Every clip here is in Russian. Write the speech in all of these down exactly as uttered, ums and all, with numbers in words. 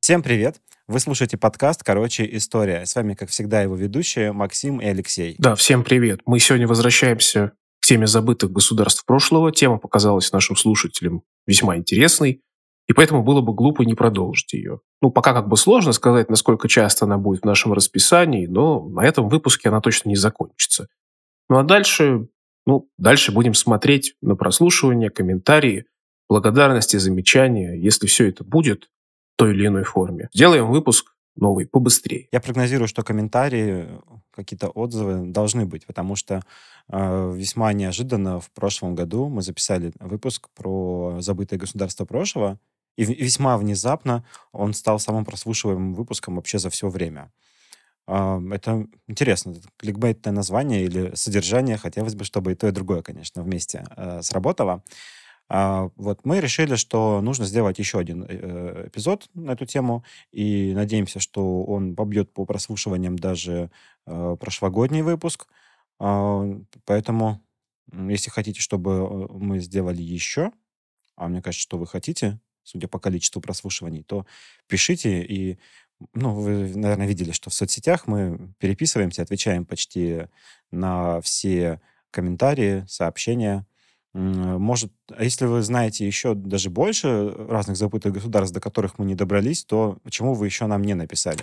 Всем привет! Вы слушаете подкаст «Короче, история». С вами, как всегда, его ведущие Максим и Алексей. Да, всем привет. Мы сегодня возвращаемся к теме забытых государств прошлого. Тема показалась нашим слушателям весьма интересной, и поэтому было бы глупо не продолжить ее. Ну, пока как бы сложно сказать, насколько часто она будет в нашем расписании, но на этом выпуске она точно не закончится. Ну а дальше, ну, дальше будем смотреть на прослушивание, комментарии, благодарности, замечания. Если все это будет в той или иной форме, сделаем выпуск новый побыстрее. Я прогнозирую, что комментарии, какие-то отзывы должны быть, потому что э, весьма неожиданно в прошлом году мы записали выпуск про забытые государства прошлого, и в- и весьма внезапно он стал самым прослушиваемым выпуском вообще за все время. А, Это интересно, это кликбейтное название или содержание. Хотелось бы, чтобы и то, и другое, конечно, вместе э, сработало. А, вот мы решили, что нужно сделать еще один э, эпизод на эту тему, и надеемся, что он побьет по прослушиваниям даже э, прошлогодний выпуск. А, Поэтому, м, если хотите, чтобы э, мы сделали еще, а мне кажется, что вы хотите, судя по количеству прослушиваний, то пишите. И, ну, вы, наверное, видели, что в соцсетях мы переписываемся, отвечаем почти на все комментарии, сообщения. М, Может, а если вы знаете еще даже больше разных забытых государств, до которых мы не добрались, то почему вы еще нам не написали?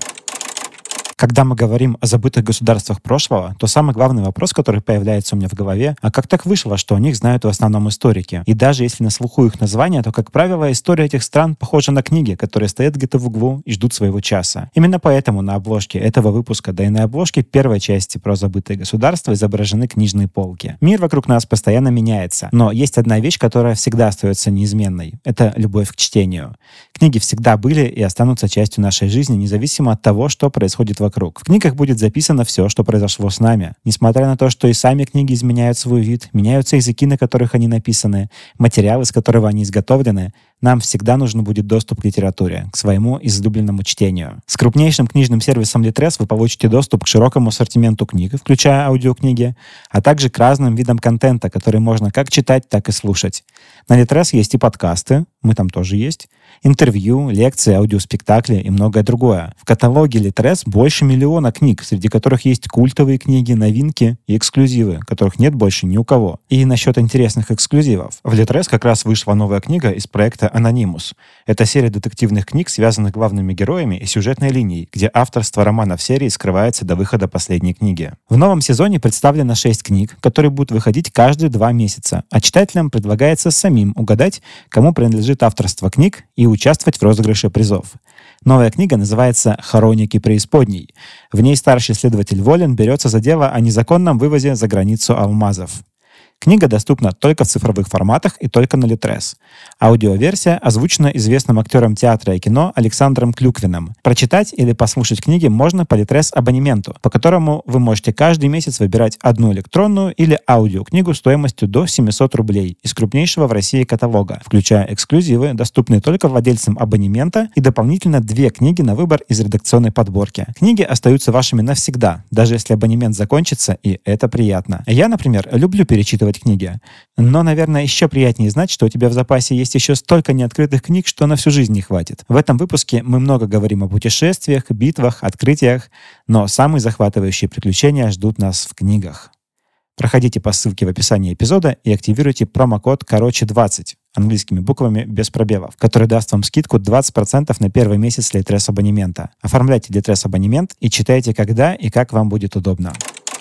Когда мы говорим о забытых государствах прошлого, то самый главный вопрос, который появляется у меня в голове, а как так вышло, что о них знают в основном историки? И даже если на слуху их названия, то, как правило, история этих стран похожа на книги, которые стоят где-то в углу и ждут своего часа. Именно поэтому на обложке этого выпуска, да и на обложке первой части про забытые государства изображены книжные полки. Мир вокруг нас постоянно меняется, но есть одна вещь, которая всегда остается неизменной. Это любовь к чтению. Книги всегда были и останутся частью нашей жизни, независимо от того, что происходит вокруг. В книгах будет записано все, что произошло с нами. Несмотря на то, что и сами книги изменяют свой вид, меняются языки, на которых они написаны, материалы, из которого они изготовлены, нам всегда нужен будет доступ к литературе, к своему излюбленному чтению. С крупнейшим книжным сервисом Litres вы получите доступ к широкому ассортименту книг, включая аудиокниги, а также к разным видам контента, который можно как читать, так и слушать. На Litres есть и подкасты, мы там тоже есть, интервью, лекции, аудиоспектакли и многое другое. В каталоге Litres больше миллиона книг, среди которых есть культовые книги, новинки и эксклюзивы, которых нет больше ни у кого. И насчет интересных эксклюзивов. В Litres как раз вышла новая книга из проекта «Анонимус». Это серия детективных книг, связанных главными героями и сюжетной линией, где авторство романа в серии скрывается до выхода последней книги. В новом сезоне представлено шесть книг, которые будут выходить каждые два месяца, а читателям предлагается самим угадать, кому принадлежит авторство книг, и участвовать в розыгрыше призов. Новая книга называется «Хроники преисподней». В ней старший следователь Волин берется за дело о незаконном вывозе за границу алмазов. Книга доступна только в цифровых форматах и только на Litres. Аудиоверсия озвучена известным актером театра и кино Александром Клюквиным. Прочитать или послушать книги можно по Litres абонементу, по которому вы можете каждый месяц выбирать одну электронную или аудиокнигу стоимостью до семьсот рублей из крупнейшего в России каталога, включая эксклюзивы, доступные только владельцам абонемента, и дополнительно две книги на выбор из редакционной подборки. Книги остаются вашими навсегда, даже если абонемент закончится, и это приятно. Я, например, люблю перечитывать книги. Но, наверное, еще приятнее знать, что у тебя в запасе есть еще столько неоткрытых книг, что на всю жизнь не хватит. В этом выпуске мы много говорим о путешествиях, битвах, открытиях, но самые захватывающие приключения ждут нас в книгах. Проходите по ссылке в описании эпизода и активируйте промокод «Короче двадцать» английскими буквами без пробелов, который даст вам скидку двадцать процентов на первый месяц Litres абонемента. Оформляйте Litres абонемент и читайте, когда и как вам будет удобно.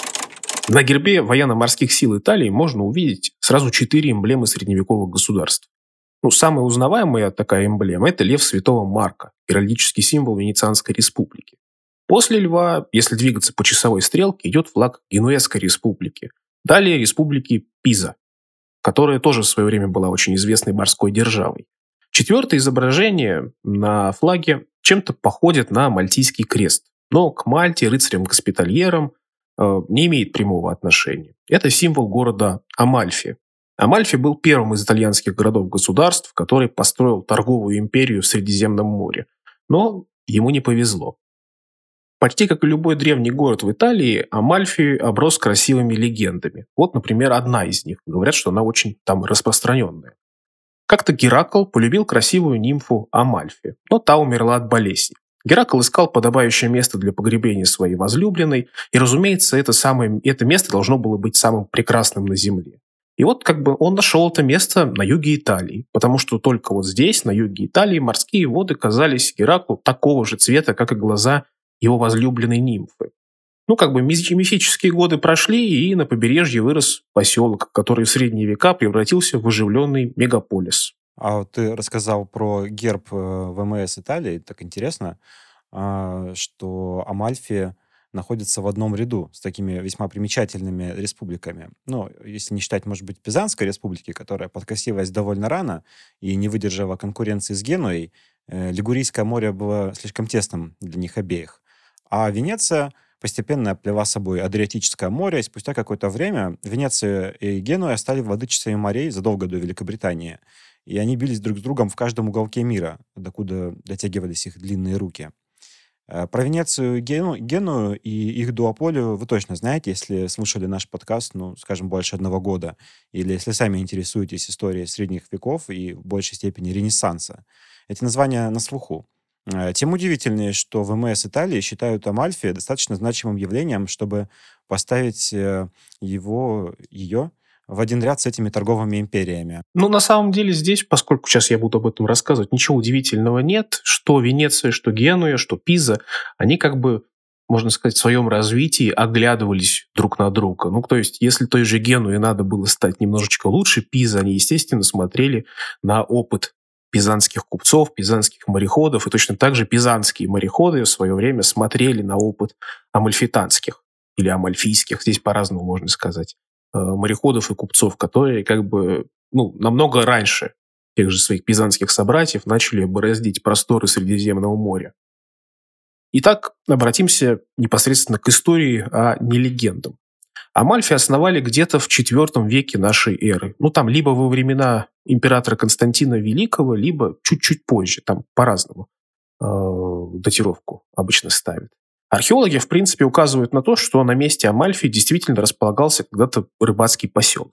На гербе военно-морских сил Италии можно увидеть сразу четыре эмблемы средневековых государств. Ну, самая узнаваемая такая эмблема – это лев Святого Марка, геральдический символ Венецианской республики. После льва, если двигаться по часовой стрелке, идет флаг Генуэзской республики. Далее республики Пиза, которая тоже в свое время была очень известной морской державой. Четвертое изображение на флаге чем-то походит на мальтийский крест, но к Мальте, рыцарям-госпитальерам э, не имеет прямого отношения. Это символ города Амальфи. Амальфи был первым из итальянских городов-государств, который построил торговую империю в Средиземном море. Но ему не повезло. Почти как и любой древний город в Италии, Амальфи оброс красивыми легендами. Вот, например, одна из них. Говорят, что она очень там распространенная. Как-то Геракл полюбил красивую нимфу Амальфи, но та умерла от болезни. Геракл искал подобающее место для погребения своей возлюбленной, и, разумеется, это, самое, это место должно было быть самым прекрасным на земле. И вот как бы он нашел это место на юге Италии, потому что только вот здесь, на юге Италии, морские воды казались Гераклу такого же цвета, как и глаза его возлюбленной нимфы. Ну, как бы мифические годы прошли, и на побережье вырос поселок, который в средние века превратился в оживленный мегаполис. А вот ты рассказал про герб э, ВМС Италии. Так интересно, а, что Амальфи находится в одном ряду с такими весьма примечательными республиками. Ну, если не считать, может быть, Пизанской республики, которая подкосилась довольно рано и не выдержала конкуренции с Генуей, э, Лигурийское море было слишком тесным для них обеих. А Венеция постепенно оплела собой Адриатическое море, и спустя какое-то время Венеция и Генуя стали владычицами морей задолго до Великобритании. И они бились друг с другом в каждом уголке мира, докуда дотягивались их длинные руки. Э, Про Венецию, Гену, Геную и их дуополию вы точно знаете, если слушали наш подкаст, ну, скажем, больше одного года, или если сами интересуетесь историей средних веков и в большей степени Ренессанса. Эти названия на слуху. Э, Тем удивительнее, что ВМС Италии считают Амальфи достаточно значимым явлением, чтобы поставить э, его, ее в один ряд с этими торговыми империями. Ну, на самом деле здесь, поскольку сейчас я буду об этом рассказывать, ничего удивительного нет. Что Венеция, что Генуя, что Пиза, они как бы, можно сказать, в своем развитии оглядывались друг на друга. Ну, то есть, если той же Генуе надо было стать немножечко лучше Пизы, они, естественно, смотрели на опыт пизанских купцов, пизанских мореходов, и точно так же пизанские мореходы в свое время смотрели на опыт амальфитанских или амальфийских, здесь по-разному можно сказать, э, мореходов и купцов, которые как бы ну, намного раньше тех же своих пизанских собратьев начали бороздить просторы Средиземного моря. Итак, обратимся непосредственно к истории, а не легендам. Амальфи основали где-то в четвертом веке нашей эры. Ну, там либо во времена императора Константина Великого, либо чуть-чуть позже. Там по-разному э, датировку обычно ставят. Археологи, в принципе, указывают на то, что на месте Амальфи действительно располагался когда-то рыбацкий поселок.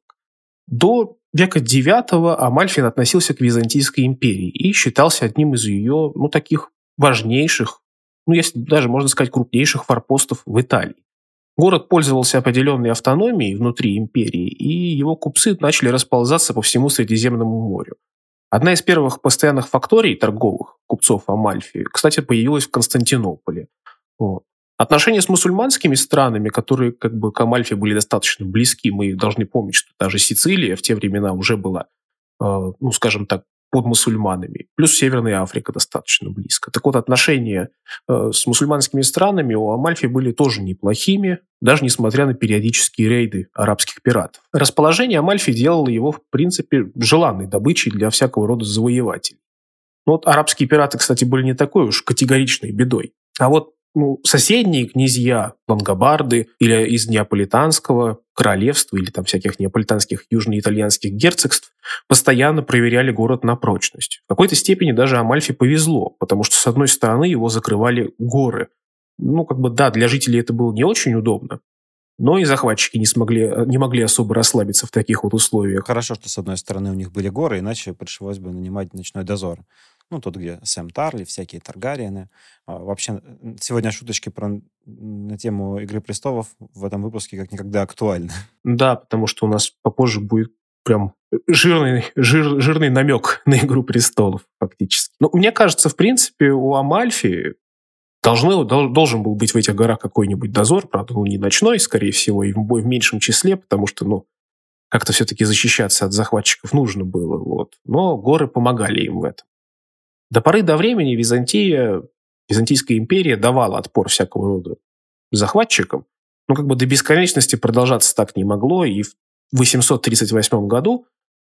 До века девятого Амальфин относился к Византийской империи и считался одним из ее, ну, таких важнейших, ну, если даже можно сказать, крупнейших форпостов в Италии. Город пользовался определенной автономией внутри империи, и его купцы начали расползаться по всему Средиземному морю. Одна из первых постоянных факторий торговых купцов Амальфи, кстати, появилась в Константинополе. Вот. Отношения с мусульманскими странами, которые как бы к Амальфи были достаточно близки, мы должны помнить, что даже Сицилия в те времена уже была, э, ну, скажем так, под мусульманами. Плюс Северная Африка достаточно близко. Так вот, отношения э, с мусульманскими странами у Амальфи были тоже неплохими, даже несмотря на периодические рейды арабских пиратов. Расположение Амальфи делало его, в принципе, желанной добычей для всякого рода завоевателей. Но вот арабские пираты, кстати, были не такой уж категоричной бедой. А вот ну, соседние князья, лангобарды или из Неаполитанского королевства или там всяких неаполитанских южноитальянских герцогств постоянно проверяли город на прочность. В какой-то степени даже Амальфи повезло, потому что с одной стороны его закрывали горы. Ну, как бы да, для жителей это было не очень удобно, но и захватчики не, смогли, не могли особо расслабиться в таких вот условиях. Хорошо, что с одной стороны у них были горы, иначе пришлось бы нанимать ночной дозор. Ну, тут, где Сэм Тарли, всякие Таргариены. А, вообще, сегодня шуточки про, на тему «Игры престолов» в этом выпуске как никогда актуальны. Да, потому что у нас попозже будет прям жирный, жир, жирный намек на «Игру престолов», фактически. Но мне кажется, в принципе, у Амальфи должны, должен был быть в этих горах какой-нибудь дозор, правда, ну, не ночной, скорее всего, и в, в меньшем числе, потому что, ну, как-то все-таки защищаться от захватчиков нужно было. Вот. Но горы помогали им в этом. До поры до времени Византия, Византийская империя давала отпор всякого рода захватчикам, но как бы до бесконечности продолжаться так не могло, и в восемьсот тридцать восьмом году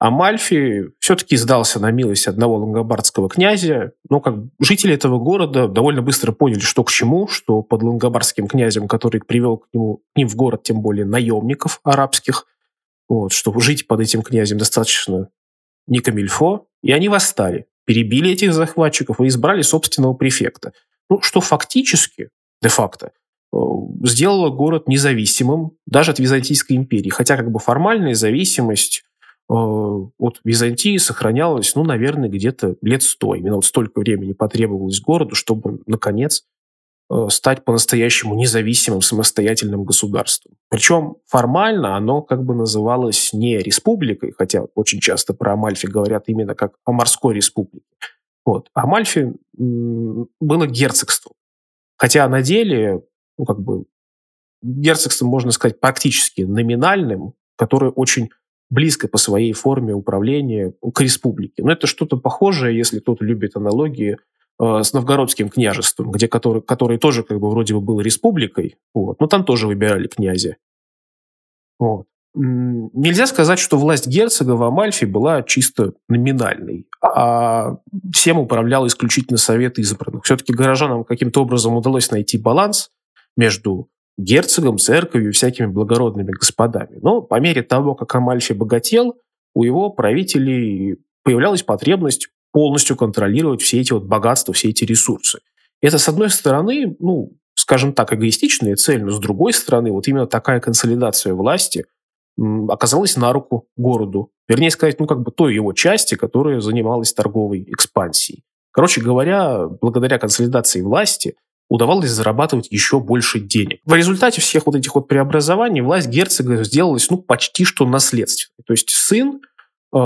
Амальфи все-таки сдался на милость одного лангобардского князя, но как жители этого города довольно быстро поняли, что к чему, что под лангобардским князем, который привел к, нему, к ним в город, тем более наемников арабских, вот, что жить под этим князем достаточно не камильфо, и они восстали. Перебили этих захватчиков и избрали собственного префекта. Ну, что фактически, де-факто, сделало город независимым даже от Византийской империи. Хотя как бы формальная зависимость от Византии сохранялось, ну, наверное, где-то лет сто. Именно вот столько времени потребовалось городу, чтобы, наконец, стать по-настоящему независимым, самостоятельным государством. Причем формально оно как бы называлось не республикой, хотя очень часто про Амальфи говорят именно как о морской республике. Вот. Амальфи м, было герцогством. Хотя на деле, ну, как бы, герцогством, можно сказать, практически номинальным, которое очень близко по своей форме управления к республике. Но это что-то похожее, если кто-то любит аналогии, э, с новгородским княжеством, где который, который тоже как бы вроде бы был республикой, вот, но там тоже выбирали князя. Вот. М, Нельзя сказать, что власть герцога в Амальфи была чисто номинальной, а всем управлял исключительно совет избранных. Все-таки горожанам каким-то образом удалось найти баланс между герцогом, церковью и всякими благородными господами. Но по мере того, как Амальфи богател, у его правителей появлялась потребность полностью контролировать все эти вот богатства, все эти ресурсы. Это, с одной стороны, ну, скажем так, эгоистичная цель, но с другой стороны, вот именно такая консолидация власти м, оказалась на руку городу. Вернее сказать, ну, как бы той его части, которая занималась торговой экспансией. Короче говоря, благодаря консолидации власти удавалось зарабатывать еще больше денег. В результате всех вот этих вот преобразований власть герцога сделалась, ну, почти что наследственной. То есть сын э,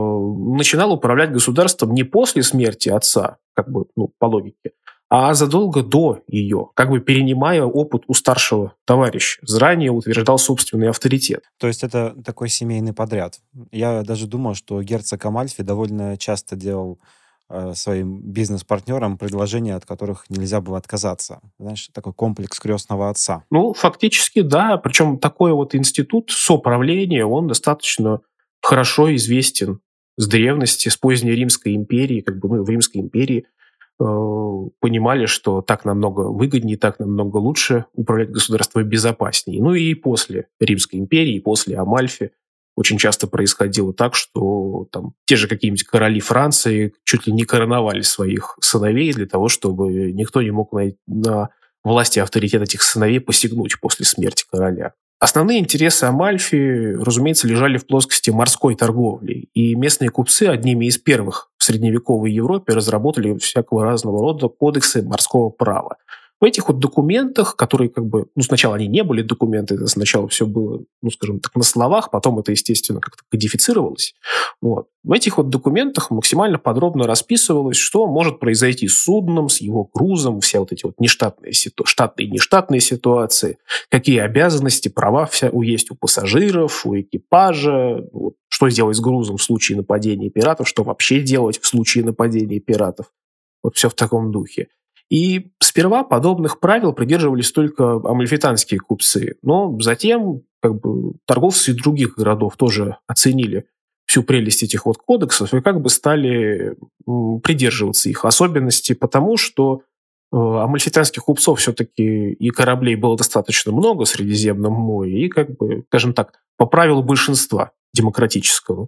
начинал управлять государством не после смерти отца, как бы, ну, по логике, а задолго до ее, как бы перенимая опыт у старшего товарища, заранее утверждал собственный авторитет. То есть это такой семейный подряд. Я даже думал, что герцог Амальфи довольно часто делал э, своим бизнес-партнерам предложения, от которых нельзя было отказаться. Знаешь, такой комплекс крестного отца. Ну, фактически, да. Причем такой вот институт соправления, он достаточно хорошо известен с древности, с поздней Римской империи. Как бы, ну, в Римской империи э, понимали, что так намного выгоднее, так намного лучше управлять государством безопаснее. Ну и после Римской империи, и после Амальфи очень часто происходило так, что там те же какие-нибудь короли Франции чуть ли не короновали своих сыновей для того, чтобы никто не мог на, на власти и авторитет этих сыновей посягнуть после смерти короля. Основные интересы Амальфи, разумеется, лежали в плоскости морской торговли, и местные купцы одними из первых в средневековой Европе разработали всякого разного рода кодексы морского права. В этих вот документах, которые как бы, ну, сначала они не были документы, это сначала все было, ну, скажем так, на словах, потом это, естественно, как-то кодифицировалось. Вот. В этих вот документах максимально подробно расписывалось, что может произойти с судном, с его грузом, все вот эти вот нештатные, ситу... штатные и нештатные ситуации, какие обязанности, права вся есть у пассажиров, у экипажа, вот, что сделать с грузом в случае нападения пиратов, что вообще делать в случае нападения пиратов. Вот все в таком духе. И сперва подобных правил придерживались только амальфитанские купцы, но затем как бы, торговцы других городов тоже оценили всю прелесть этих вот кодексов и как бы стали м, придерживаться их особенностей, потому что э, амальфитанских купцов все-таки и кораблей было достаточно много в Средиземном море, и, как бы, скажем так, по правилу большинства демократического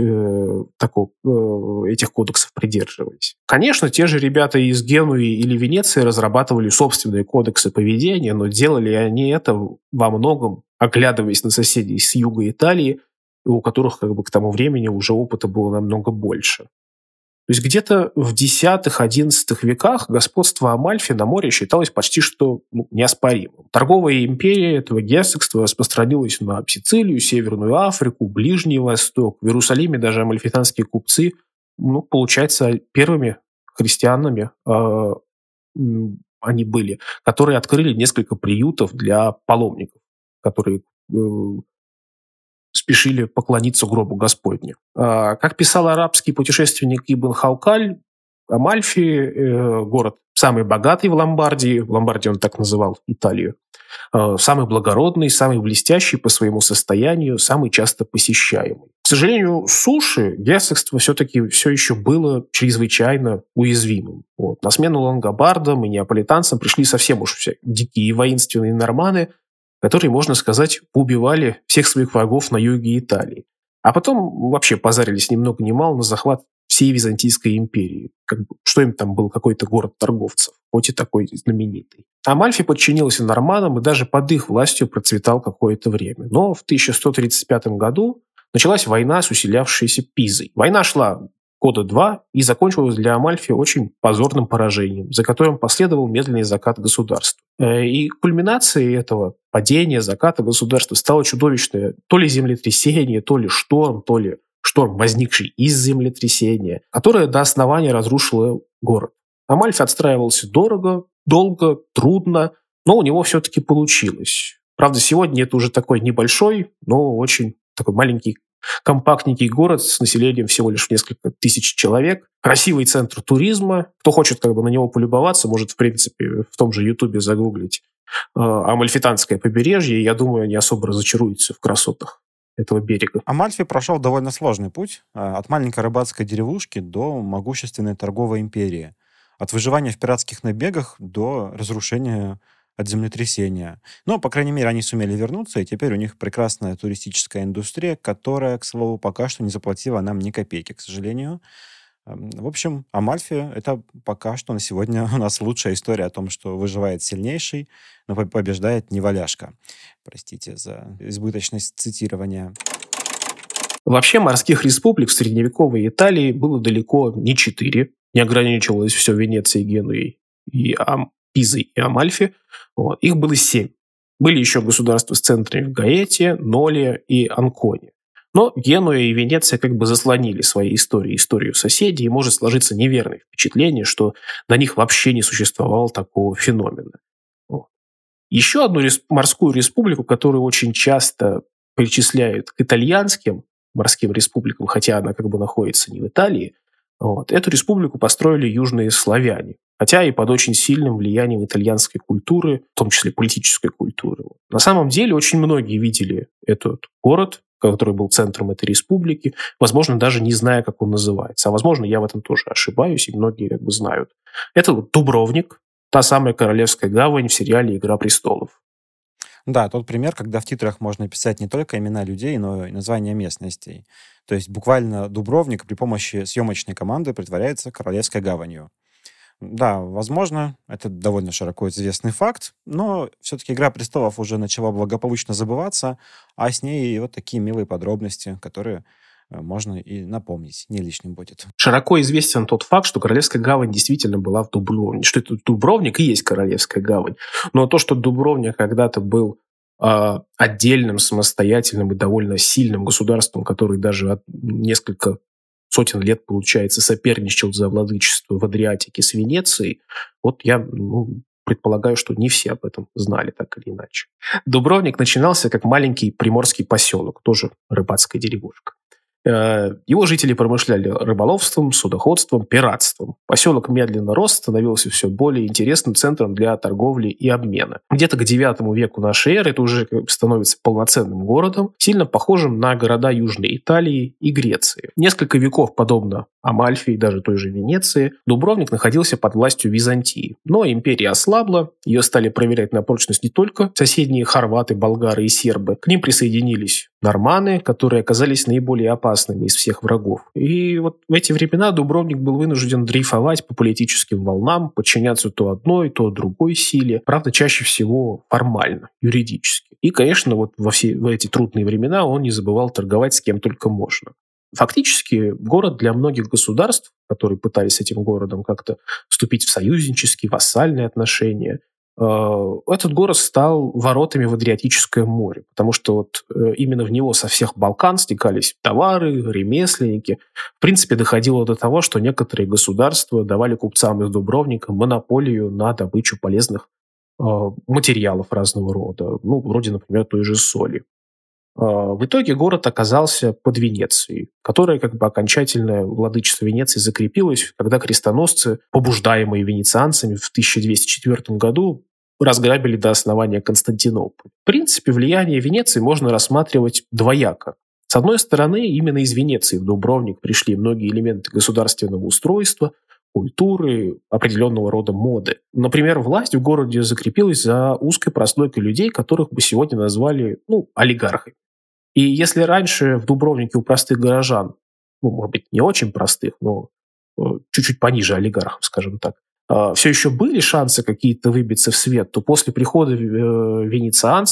э, такого, э, этих кодексов придерживались. Конечно, те же ребята из Генуи или Венеции разрабатывали собственные кодексы поведения, но делали они это во многом, оглядываясь на соседей с юга Италии, у которых как бы к тому времени уже опыта было намного больше. То есть где-то в десятых-одиннадцатых веках господство Амальфи на море считалось почти что ну, неоспоримым. Торговая империя этого герцогства распространилась на Сицилию, Северную Африку, Ближний Восток. В Иерусалиме даже амальфитанские купцы, ну, получается, первыми христианами э, м, они были, которые открыли несколько приютов для паломников, которые э, спешили поклониться гробу Господню. А, Как писал арабский путешественник Ибн Халкаль, Амальфи, э, город самый богатый в Ломбардии, в Ломбардии он так называл Италию, э, самый благородный, самый блестящий по своему состоянию, самый часто посещаемый. К сожалению, суши герцогство все-таки все еще было чрезвычайно уязвимым. Вот. На смену лангобардам и неаполитанцам пришли совсем уж все дикие и воинственные норманы, которые, можно сказать, поубивали всех своих врагов на юге Италии. А потом вообще позарились ни много ни мало на захват всей Византийской империи. Как бы, что им там был какой-то город торговцев, хоть и такой знаменитый. Амальфи подчинился норманам и даже под их властью процветал какое-то время. Но в тысяча сто тридцать пятом году началась война с усилявшейся Пизой. Война шла года два и закончилась для Амальфи очень позорным поражением, за которым последовал медленный закат государства. И кульминацией этого падения, заката государства стало чудовищное то ли землетрясение, то ли шторм, то ли шторм, возникший из землетрясения, которое до основания разрушило город. Амальфи отстраивался дорого, долго, трудно, но у него все-таки получилось. Правда, сегодня это уже такой небольшой, но очень такой маленький, компактненький город с населением всего лишь несколько тысяч человек. Красивый центр туризма. Кто хочет как бы на него полюбоваться, может, в принципе, в том же Ютубе загуглить э, Амальфитанское побережье, и, я думаю, не особо разочаруется в красотах этого берега. Амальфи прошел довольно сложный путь э, от маленькой рыбацкой деревушки до могущественной торговой империи. От выживания в пиратских набегах до разрушения от землетрясения. Но, по крайней мере, они сумели вернуться, и теперь у них прекрасная туристическая индустрия, которая, к слову, пока что не заплатила нам ни копейки, к сожалению. Эм, В общем, Амальфи — это пока что на сегодня у нас лучшая история о том, что выживает сильнейший, но по- побеждает неваляшка. Простите за избыточность цитирования. Вообще морских республик в средневековой Италии было далеко не четыре. Не ограничивалось все Венецией, Генуей и Ам- Пизой и Амальфи. Вот. Их было семь. Были еще государства с центрами в Гаэте, Ноле и Анконе. Но Генуя и Венеция как бы заслонили своей историей историю соседей, и может сложиться неверное впечатление, что до них вообще не существовало такого феномена. Вот. Еще одну рес- морскую республику, которую очень часто причисляют к итальянским морским республикам, хотя она как бы находится не в Италии, вот, эту республику построили южные славяне, хотя и под очень сильным влиянием итальянской культуры, в том числе политической культуры. На самом деле очень многие видели этот город, который был центром этой республики, возможно, даже не зная, как он называется. А возможно, я в этом тоже ошибаюсь, и многие как бы знают. Это вот Дубровник, та самая королевская гавань в сериале «Игра престолов». Да, тот пример, когда в титрах можно писать не только имена людей, но и названия местностей. То есть буквально Дубровник при помощи съемочной команды притворяется Королевской гаванью. Да, возможно, это довольно широко известный факт, но все-таки «Игра престолов» уже начала благополучно забываться, а с ней и вот такие милые подробности, которые э, можно и напомнить, не лишним будет. Широко известен тот факт, что Королевская гавань действительно была в Дубровнике, что это Дубровник и есть Королевская гавань. Но то, что Дубровник когда-то был э, отдельным, самостоятельным и довольно сильным государством, который даже от несколько сотен лет, получается, соперничал за владычество в Адриатике с Венецией, вот я ну, предполагаю, что не все об этом знали так или иначе. Дубровник начинался как маленький приморский поселок, тоже рыбацкая деревушка. Его жители промышляли рыболовством, судоходством, пиратством. Поселок медленно рос, становился все более интересным центром для торговли и обмена. Где-то к девятому веку нашей эры это уже становится полноценным городом, сильно похожим на города Южной Италии и Греции. Несколько веков, подобно Амальфи и даже той же Венеции, Дубровник находился под властью Византии. Но империя ослабла, ее стали проверять на прочность не только соседние хорваты, болгары и сербы. К ним присоединились норманы, которые оказались наиболее опасными из всех врагов. И вот в эти времена Дубровник был вынужден дрейфовать по политическим волнам, подчиняться то одной, то другой силе. Правда, чаще всего формально, юридически. И, конечно, вот во все в эти трудные времена он не забывал торговать с кем только можно. Фактически город для многих государств, которые пытались с этим городом как-то вступить в союзнические, вассальные отношения, этот город стал воротами в Адриатическое море, потому что вот именно в него со всех Балкан стекались товары, ремесленники. В принципе, доходило до того, что некоторые государства давали купцам из Дубровника монополию на добычу полезных материалов разного рода, ну, вроде, например, той же соли. В итоге город оказался под Венецией, которая как бы окончательное владычество Венеции закрепилось, когда крестоносцы, побуждаемые венецианцами в тысяча двести четвёртом году, разграбили до основания Константинополь. В принципе, влияние Венеции можно рассматривать двояко. С одной стороны, именно из Венеции в Дубровник пришли многие элементы государственного устройства, культуры, определенного рода моды. Например, власть в городе закрепилась за узкой прослойкой людей, которых бы сегодня назвали ну, олигархами. И если раньше в Дубровнике у простых горожан, ну, может быть, не очень простых, но э, чуть-чуть пониже олигархов, скажем так, э, все еще были шансы какие-то выбиться в свет, то после прихода э, венецианцев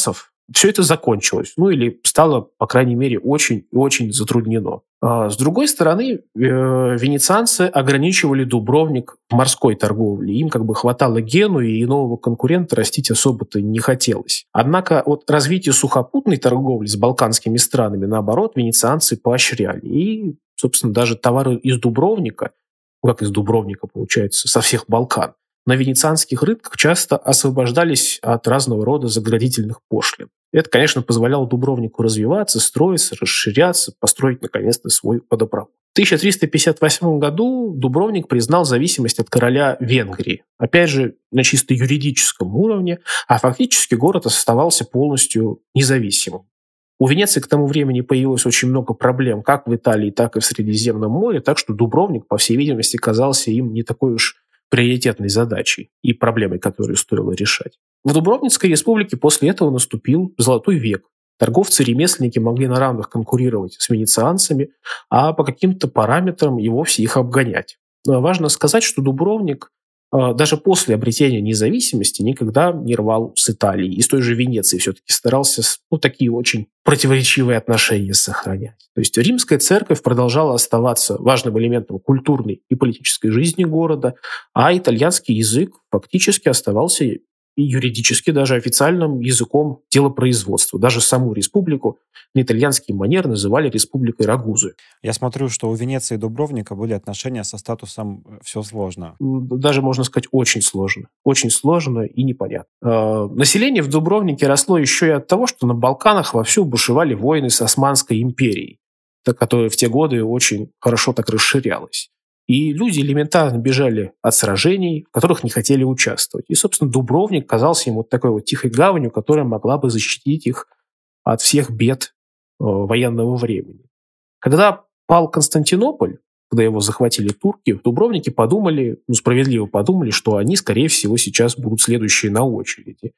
все это закончилось. Ну или стало, по крайней мере, очень и очень затруднено. А с другой стороны, э, венецианцы ограничивали Дубровник в морской торговле. Им как бы хватало Генуи, и нового конкурента растить особо-то не хотелось. Однако вот развитие сухопутной торговли с балканскими странами, наоборот, венецианцы поощряли. И, собственно, даже товары из Дубровника, ну, как из Дубровника, получается, со всех Балкан, на венецианских рынках часто освобождались от разного рода заградительных пошлин. Это, конечно, позволяло Дубровнику развиваться, строиться, расширяться, построить, наконец-то, свой водопровод. В тысяча триста пятьдесят восьмом году Дубровник признал зависимость от короля Венгрии. Опять же, на чисто юридическом уровне, а фактически город оставался полностью независимым. У Венеции к тому времени появилось очень много проблем как в Италии, так и в Средиземном море, так что Дубровник, по всей видимости, казался им не такой уж приоритетной задачей и проблемой, которую стоило решать. В Дубровницкой республике после этого наступил золотой век. Торговцы-ремесленники могли на равных конкурировать с венецианцами, а по каким-то параметрам и вовсе их обгонять. Но важно сказать, что Дубровник э, даже после обретения независимости никогда не рвал с Италией. И с той же Венеции все-таки старался ну, такие очень противоречивые отношения сохранять. То есть римская церковь продолжала оставаться важным элементом культурной и политической жизни города, а итальянский язык фактически оставался и юридически даже официальным языком делопроизводства. Даже саму республику на итальянский манер называли республикой Рагузы. Я смотрю, что у Венеции и Дубровника были отношения со статусом «все сложно». Даже, можно сказать, очень сложно. Очень сложно и непонятно. Э, население в Дубровнике росло еще и от того, что на Балканах вовсю бушевали войны с Османской империей, которая в те годы очень хорошо так расширялась. И люди элементарно бежали от сражений, в которых не хотели участвовать. И, собственно, Дубровник казался им вот такой вот тихой гаванью, которая могла бы защитить их от всех бед э, военного времени. Когда пал Константинополь, когда его захватили турки, в Дубровнике подумали, ну, справедливо подумали, что они, скорее всего, сейчас будут следующие на очереди.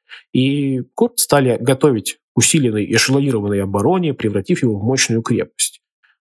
И город стали готовить к усиленной эшелонированной обороне, превратив его в мощную крепость.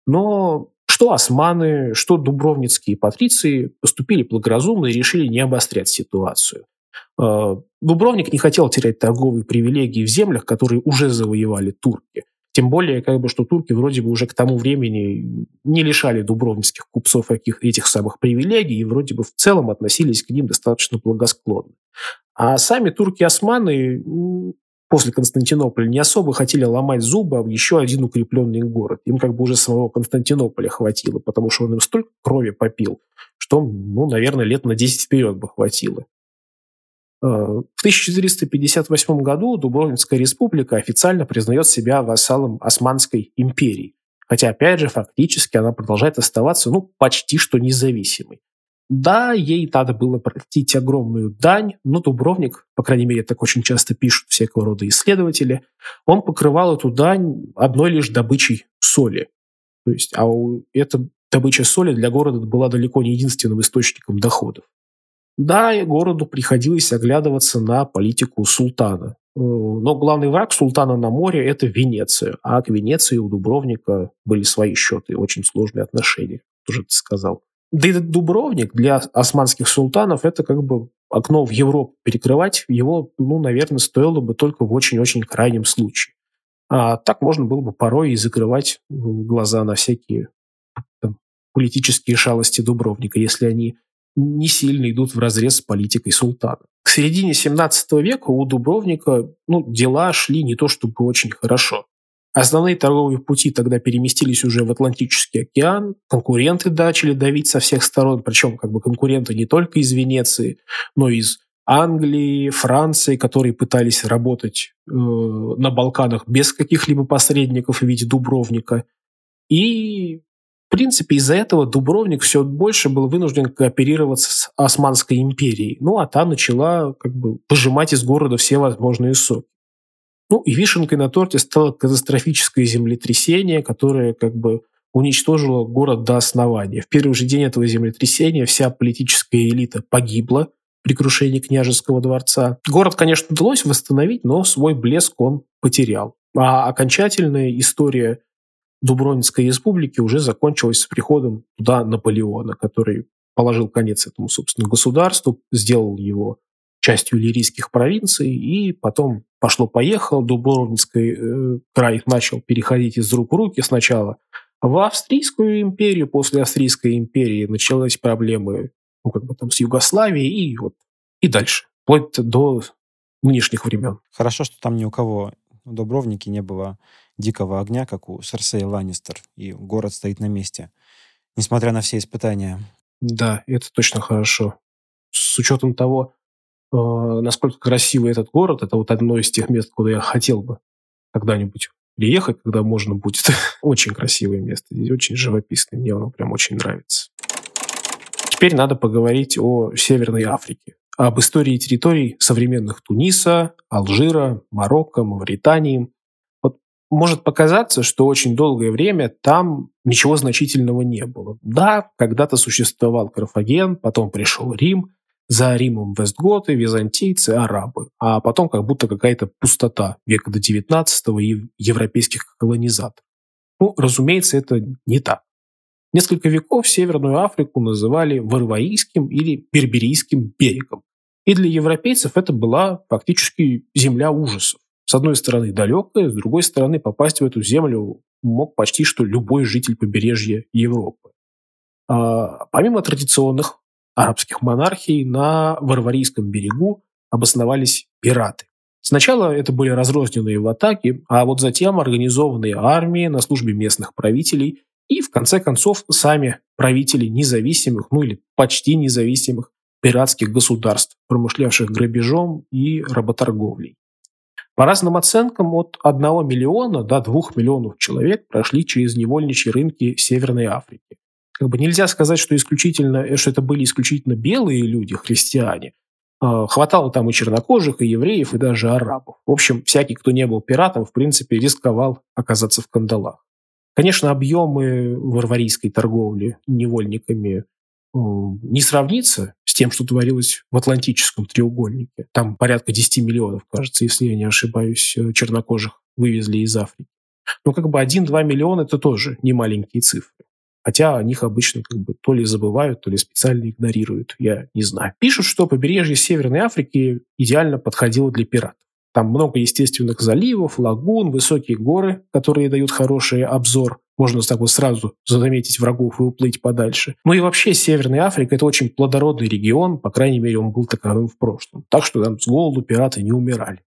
Но что османы, что дубровницкие патриции поступили благоразумно и решили не обострять ситуацию. Дубровник не хотел терять торговые привилегии в землях, которые уже завоевали турки. Тем более, как бы, что турки вроде бы уже к тому времени не лишали дубровницких купцов каких, этих самых привилегий и вроде бы в целом относились к ним достаточно благосклонно. А сами турки-османы после Константинополя не особо хотели ломать зубы об еще один укрепленный город. Им как бы уже самого Константинополя хватило, потому что он им столько крови попил, что, ну, наверное, лет на десять вперед бы хватило. В тысяча четыреста пятьдесят восьмом году Дубровницкая республика официально признает себя вассалом Османской империи. Хотя, опять же, фактически она продолжает оставаться, ну, почти что независимой. Да, ей надо было платить огромную дань, но Дубровник, по крайней мере, так очень часто пишут всякого рода исследователи, он покрывал эту дань одной лишь добычей соли. То есть, а эта добыча соли для города была далеко не единственным источником доходов. Да, и городу приходилось оглядываться на политику султана. Но главный враг султана на море – это Венеция. А к Венеции у Дубровника были свои счеты, очень сложные отношения, тоже ты сказал. Да и Дубровник для османских султанов – это как бы окно в Европу. Перекрывать его, ну, наверное, стоило бы только в очень-очень крайнем случае. А так можно было бы порой и закрывать глаза на всякие там, политические шалости Дубровника, если они не сильно идут вразрез с политикой султана. К середине семнадцатого века у Дубровника ну, дела шли не то чтобы очень хорошо. Основные торговые пути тогда переместились уже в Атлантический океан, конкуренты начали давить со всех сторон, причем как бы конкуренты не только из Венеции, но и из Англии, Франции, которые пытались работать э, на Балканах без каких-либо посредников в виде Дубровника. И в принципе, из-за этого Дубровник все больше был вынужден кооперироваться с Османской империей. Ну, а та начала как бы выжимать из города все возможные соки. Ну, и вишенкой на торте стало катастрофическое землетрясение, которое как бы уничтожило город до основания. В первый же день этого землетрясения вся политическая элита погибла при крушении княжеского дворца. Город, конечно, удалось восстановить, но свой блеск он потерял. А окончательная история Дубровницкой республики уже закончилась с приходом туда Наполеона, который положил конец этому, собственно, государству, сделал его частью иллирийских провинций и потом пошло-поехало, Дубровницкий э, край начал переходить из рук в руки сначала. В Австрийскую империю, после Австрийской империи начались проблемы, ну, как бы там с Югославией и вот и дальше, вплоть до нынешних времен. Хорошо, что там ни у кого в Дубровнике не было дикого огня, как у Серсеи Ланнистер, и город стоит на месте, несмотря на все испытания. Да, это точно хорошо. С учетом того, э, насколько красивый этот город, это вот одно из тех мест, куда я хотел бы когда-нибудь приехать, когда можно будет. Очень красивое место, здесь очень живописное, мне оно прям очень нравится. Теперь надо поговорить о Северной Африке, об истории территорий современных Туниса, Алжира, Марокко, Мавритании. Вот может показаться, что очень долгое время там ничего значительного не было. Да, когда-то существовал Карфаген, потом пришел Рим, за Римом вестготы, византийцы, арабы, а потом как будто какая-то пустота века до девятнадцатого и европейских колонизаторов. Ну, разумеется, это не так. Несколько веков Северную Африку называли Варварийским или Берберийским берегом. И для европейцев это была фактически земля ужасов. С одной стороны далекая, с другой стороны попасть в эту землю мог почти что любой житель побережья Европы. А, помимо традиционных арабских монархий, на Варварийском берегу обосновались пираты. Сначала это были разрозненные ватаги, а вот затем организованные армии на службе местных правителей и, в конце концов, сами правители независимых, ну или почти независимых пиратских государств, промышлявших грабежом и работорговлей. По разным оценкам, от одного миллиона до двух миллионов человек прошли через невольничьи рынки Северной Африки. Как бы нельзя сказать, что, исключительно, что это были исключительно белые люди, христиане. Хватало там и чернокожих, и евреев, и даже арабов. В общем, всякий, кто не был пиратом, в принципе, рисковал оказаться в кандалах. Конечно, объемы варварийской торговли невольниками не сравнится с тем, что творилось в Атлантическом треугольнике. Там порядка десять миллионов, кажется, если я не ошибаюсь, чернокожих вывезли из Африки. Но как бы один-два миллиона – это тоже не маленькие цифры. Хотя о них обычно как бы то ли забывают, то ли специально игнорируют, я не знаю. Пишут, что побережье Северной Африки идеально подходило для пиратов. Там много естественных заливов, лагун, высокие горы, которые дают хороший обзор. Можно так вот сразу заметить врагов и уплыть подальше. Ну и вообще Северная Африка – это очень плодородный регион, по крайней мере, он был таковым в прошлом. Так что там с голоду пираты не умирали.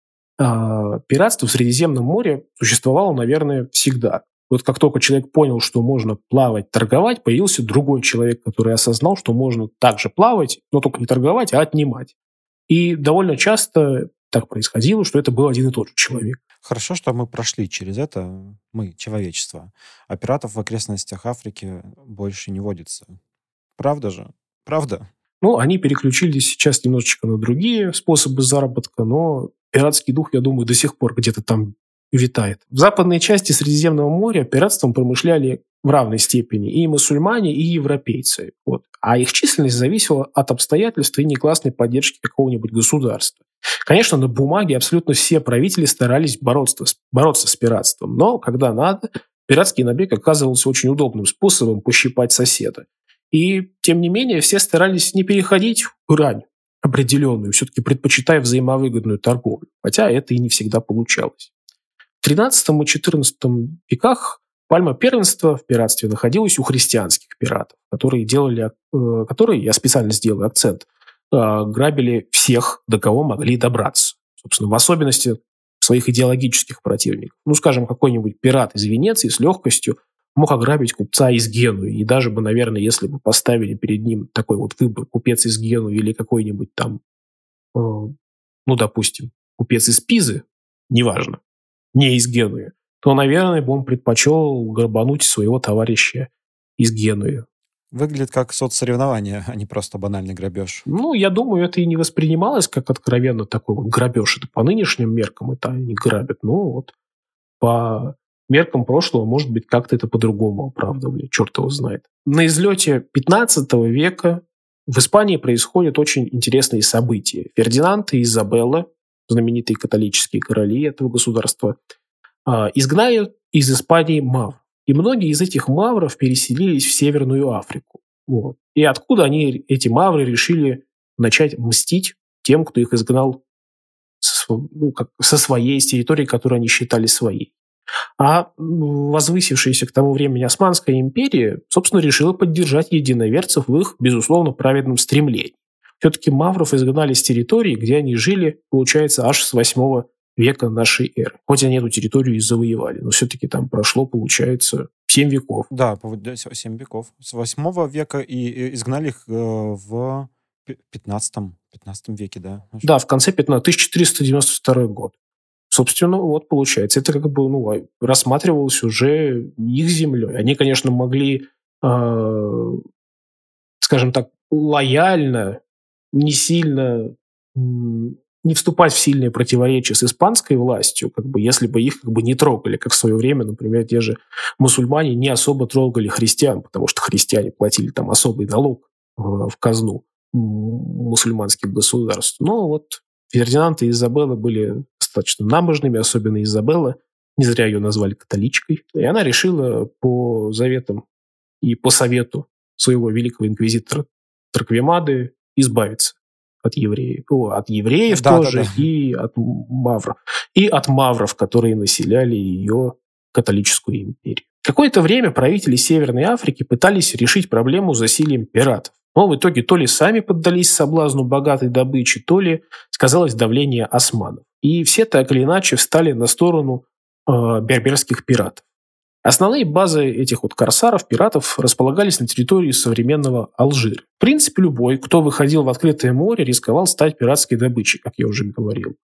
А пиратство в Средиземном море существовало, наверное, всегда. Вот как только человек понял, что можно плавать, торговать, появился другой человек, который осознал, что можно также плавать, но только не торговать, а отнимать. И довольно часто так происходило, что это был один и тот же человек. Хорошо, что мы прошли через это, мы, человечество. А пиратов в окрестностях Африки больше не водится. Правда же? Правда? Ну, они переключились сейчас немножечко на другие способы заработка, но пиратский дух, я думаю, до сих пор где-то там витает. В западной части Средиземного моря пиратством промышляли в равной степени и мусульмане, и европейцы. Вот. А их численность зависела от обстоятельств и негласной поддержки какого-нибудь государства. Конечно, на бумаге абсолютно все правители старались бороться, бороться с пиратством, но когда надо, пиратский набег оказывался очень удобным способом пощипать соседа. И, тем не менее, все старались не переходить грань определенную, все-таки предпочитая взаимовыгодную торговлю, хотя это и не всегда получалось. В тринадцатом и четырнадцатом веках пальма первенства в пиратстве находилась у христианских пиратов, которые делали, э, которые, я специально сделал акцент, э, грабили всех, до кого могли добраться. Собственно, в особенности своих идеологических противников. Ну, скажем, какой-нибудь пират из Венеции с легкостью мог ограбить купца из Генуи. И даже бы, наверное, если бы поставили перед ним такой вот выбор, купец из Генуи или какой-нибудь там, э, ну, допустим, купец из Пизы, неважно, не из Генуи, то, наверное, бы он предпочел грабануть своего товарища из Генуи. Выглядит как соцсоревнование, а не просто банальный грабеж. Ну, я думаю, это и не воспринималось как откровенно такой вот грабеж. Это по нынешним меркам это они грабят. Ну, вот по меркам прошлого, может быть, как-то это по-другому оправдывали. Черт его знает. На излете пятнадцатого века в Испании происходят очень интересные события. Фердинанд и Изабелла, знаменитые католические короли этого государства, изгнают из Испании мавр. И многие из этих мавров переселились в Северную Африку. Вот. И откуда они, эти мавры, решили начать мстить тем, кто их изгнал со, ну, как, со своей, с территории, которую они считали своей. А возвысившаяся к тому времени Османская империя, собственно, решила поддержать единоверцев в их, безусловно, праведном стремлении. Все-таки мавров изгнали с территории, где они жили, получается, аж с восьмого века нашей эры. Хоть они эту территорию и завоевали, но все-таки там прошло, получается, семь веков. Да, семь веков. С восьмого века и изгнали их в пятнадцатом веке, да. Да, в конце пятнадцатого, тысяча четыреста девяносто второй год. Собственно, вот получается, это как бы ну, рассматривалось уже их землей. Они, конечно, могли, э, скажем так, лояльно, не сильно, не вступать в сильные противоречия с испанской властью, как бы, если бы их как бы не трогали, как в свое время, например, те же мусульмане не особо трогали христиан, потому что христиане платили там особый налог в, в казну мусульманских государств. Но вот Фердинанд и Изабелла были достаточно набожными, особенно Изабелла. Не зря ее назвали католичкой. И она решила по заветам и по совету своего великого инквизитора Торквемады избавиться от евреев. О, от евреев да, тоже, да, да. и от мавров. И от мавров, которые населяли ее католическую империю. Какое-то время правители Северной Африки пытались решить проблему засилием пиратов. Но в итоге то ли сами поддались соблазну богатой добычи, то ли сказалось давление османов. И все так или иначе встали на сторону э, берберских пиратов. Основные базы этих вот корсаров, пиратов, располагались на территории современного Алжира. В принципе, любой, кто выходил в открытое море, рисковал стать пиратской добычей, как я уже говорил.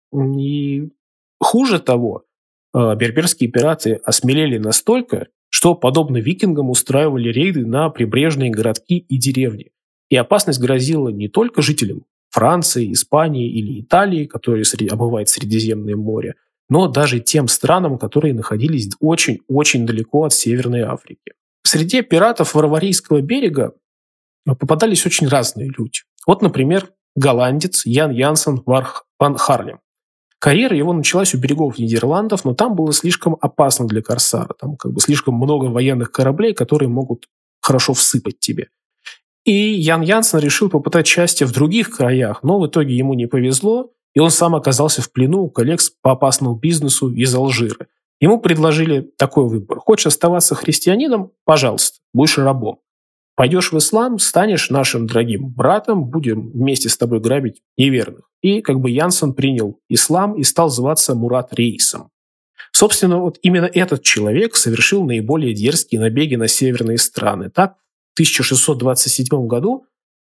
И хуже того, э, берберские пираты осмелели настолько, что, подобно викингам, устраивали рейды на прибрежные городки и деревни. И опасность грозила не только жителям Франции, Испании или Италии, которые омывают Средиземное море, но даже тем странам, которые находились очень-очень далеко от Северной Африки. В среде пиратов Варварийского берега попадались очень разные люди. Вот, например, голландец Ян Янсен ван Харлем. Карьера его началась у берегов Нидерландов, но там было слишком опасно для корсара. Там как бы слишком много военных кораблей, которые могут хорошо всыпать тебе. И Ян Янсен решил попытать счастье в других краях, но в итоге ему не повезло, и он сам оказался в плену у коллег по опасному бизнесу из Алжира. Ему предложили такой выбор. Хочешь оставаться христианином? Пожалуйста, будешь рабом. Пойдешь в ислам, станешь нашим дорогим братом, будем вместе с тобой грабить неверных. И как бы Янсен принял ислам и стал зваться Мурат Рейсом. Собственно, вот именно этот человек совершил наиболее дерзкие набеги на северные страны. Так, в тысяча шестьсот двадцать седьмом году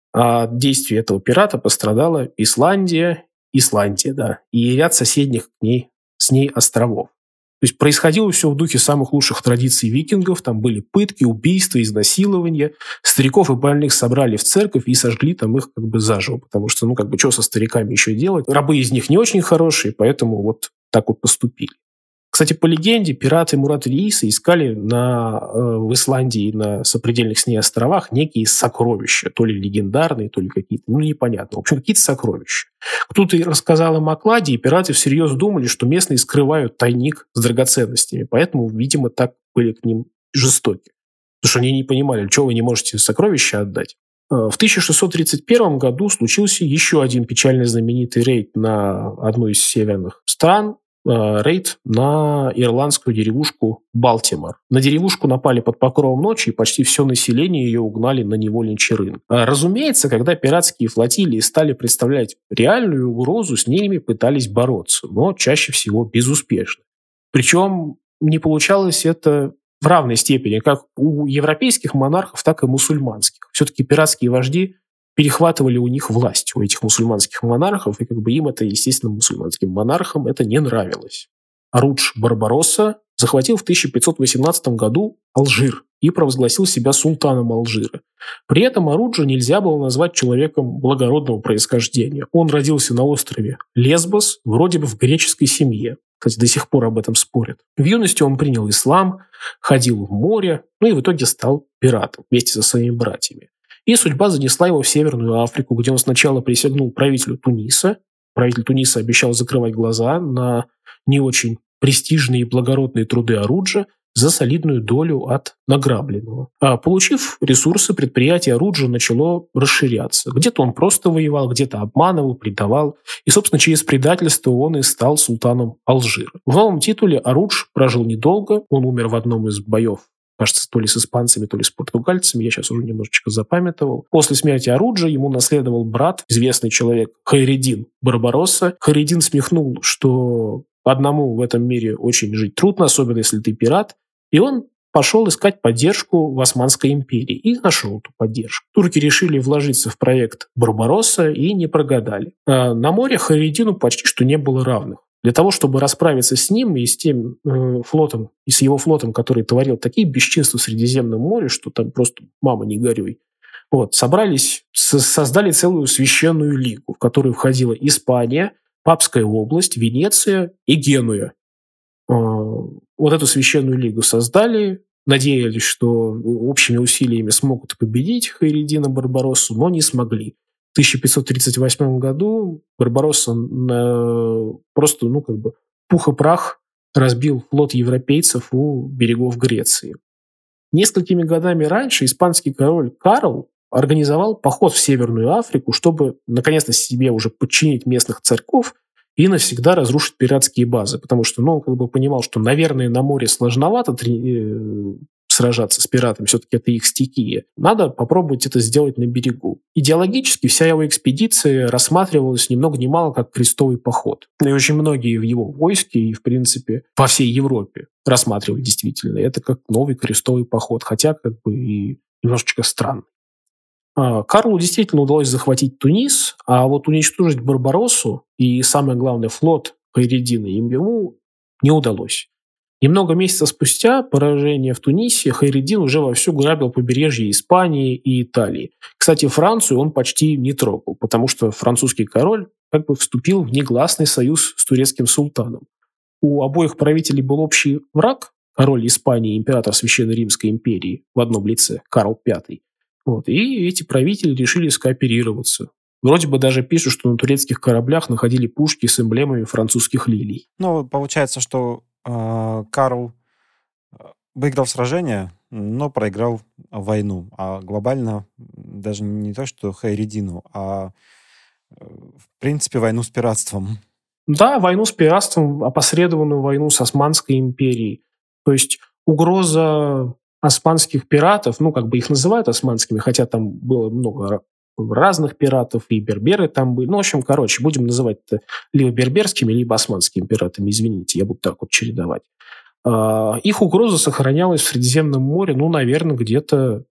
от действий этого пирата пострадала Исландия, Исландия, да, и ряд соседних к ней, с ней островов. То есть происходило все в духе самых лучших традиций викингов. Там были пытки, убийства, изнасилования. Стариков и больных собрали в церковь и сожгли там их как бы заживо. Потому что, ну, как бы, что со стариками еще делать? Рабы из них не очень хорошие, поэтому вот так вот поступили. Кстати, по легенде, пираты Мурата Рейса искали на, э, в Исландии на сопредельных с ней островах некие сокровища, то ли легендарные, то ли какие-то, ну, непонятно. В общем, какие-то сокровища. Кто-то рассказал им о кладе, и пираты всерьез думали, что местные скрывают тайник с драгоценностями, поэтому, видимо, так были к ним жестоки. Потому что они не понимали, что вы не можете сокровища отдать. В тысяча шестьсот тридцать первом году случился еще один печально знаменитый рейд на одну из северных стран, рейд на ирландскую деревушку Балтимор. На деревушку напали под покровом ночи, и почти все население ее угнали на невольничий рынок. Разумеется, когда пиратские флотилии стали представлять реальную угрозу, с ними пытались бороться, но чаще всего безуспешно. Причем не получалось это в равной степени как у европейских монархов, так и мусульманских. Все-таки пиратские вожди перехватывали у них власть, у этих мусульманских монархов, и как бы им это, естественно, мусульманским монархам это не нравилось. Орудж Барбаросса захватил в тысяча пятьсот восемнадцатом году Алжир и провозгласил себя султаном Алжира. При этом Оруджа нельзя было назвать человеком благородного происхождения. Он родился на острове Лесбос, вроде бы в греческой семье. Кстати, до сих пор об этом спорят. В юности он принял ислам, ходил в море, ну и в итоге стал пиратом вместе со своими братьями. И судьба занесла его в Северную Африку, где он сначала присягнул правителю Туниса. Правитель Туниса обещал закрывать глаза на не очень престижные и благородные труды Оруджа, за солидную долю от награбленного. А получив ресурсы, предприятие Оруджо начало расширяться. Где-то он просто воевал, где-то обманывал, предавал. И, собственно, через предательство он и стал султаном Алжира. В новом титуле Орудж прожил недолго. Он умер в одном из боев, кажется, то ли с испанцами, то ли с португальцами. Я сейчас уже немножечко запамятовал. После смерти Оруджа ему наследовал брат, известный человек Хайреддин Барбаросса. Хайреддин смехнул, что одному в этом мире очень жить трудно, особенно если ты пират. И он пошел искать поддержку в Османской империи и нашел эту поддержку. Турки решили вложиться в проект Барбаросса и не прогадали. А на море Хайреддину почти что не было равных. Для того, чтобы расправиться с ним и с тем э, флотом, и с его флотом, который творил такие бесчинства в Средиземном море, что там просто мама не горюй, вот, собрались, с- создали целую священную лигу, в которую входила Испания, Папская область, Венеция и Генуя. Э, Вот эту священную лигу создали, надеялись, что общими усилиями смогут победить Хайреддина Барбароссу, но не смогли. В тысяча пятьсот тридцать восьмом году Барбаросса э, просто, ну, как бы, пух и прах разбил флот европейцев у берегов Греции. Несколькими годами раньше испанский король Карл организовал поход в Северную Африку, чтобы наконец-то себе уже подчинить местных царьков и навсегда разрушить пиратские базы. Потому что, ну, он как бы понимал, что, наверное, на море сложновато трени- э, сражаться с пиратами, все-таки это их стихия. Надо попробовать это сделать на берегу. Идеологически вся его экспедиция рассматривалась ни много ни мало как крестовый поход. И очень многие в его войске и, в принципе, по всей Европе рассматривали действительно это как новый крестовый поход, хотя как бы и немножечко странно. А, Карлу действительно удалось захватить Тунис, а вот уничтожить Барбароссу и, самое главное, флот Хайреддина ему не удалось. Немного месяцев спустя поражение в Тунисе Хайреддин уже вовсю грабил побережье Испании и Италии. Кстати, Францию он почти не трогал, потому что французский король как бы вступил в негласный союз с турецким султаном. У обоих правителей был общий враг, король Испании и император Священной Римской империи в одном лице, Карл Пятый. Вот. И эти правители решили скооперироваться. Вроде бы даже пишут, что на турецких кораблях находили пушки с эмблемами французских лилий. Ну, получается, что э, Карл э, выиграл сражение, но проиграл войну. А глобально даже не то, что Хайреддину, а э, в принципе войну с пиратством. Да, войну с пиратством, опосредованную войну с Османской империей. То есть угроза османских пиратов, ну, как бы их называют османскими, хотя там было много разных пиратов, и берберы там были. Ну, в общем, короче, будем называть это либо берберскими, либо османскими пиратами, извините, я буду так вот чередовать. А, их угроза сохранялась в Средиземном море, ну, наверное, где-то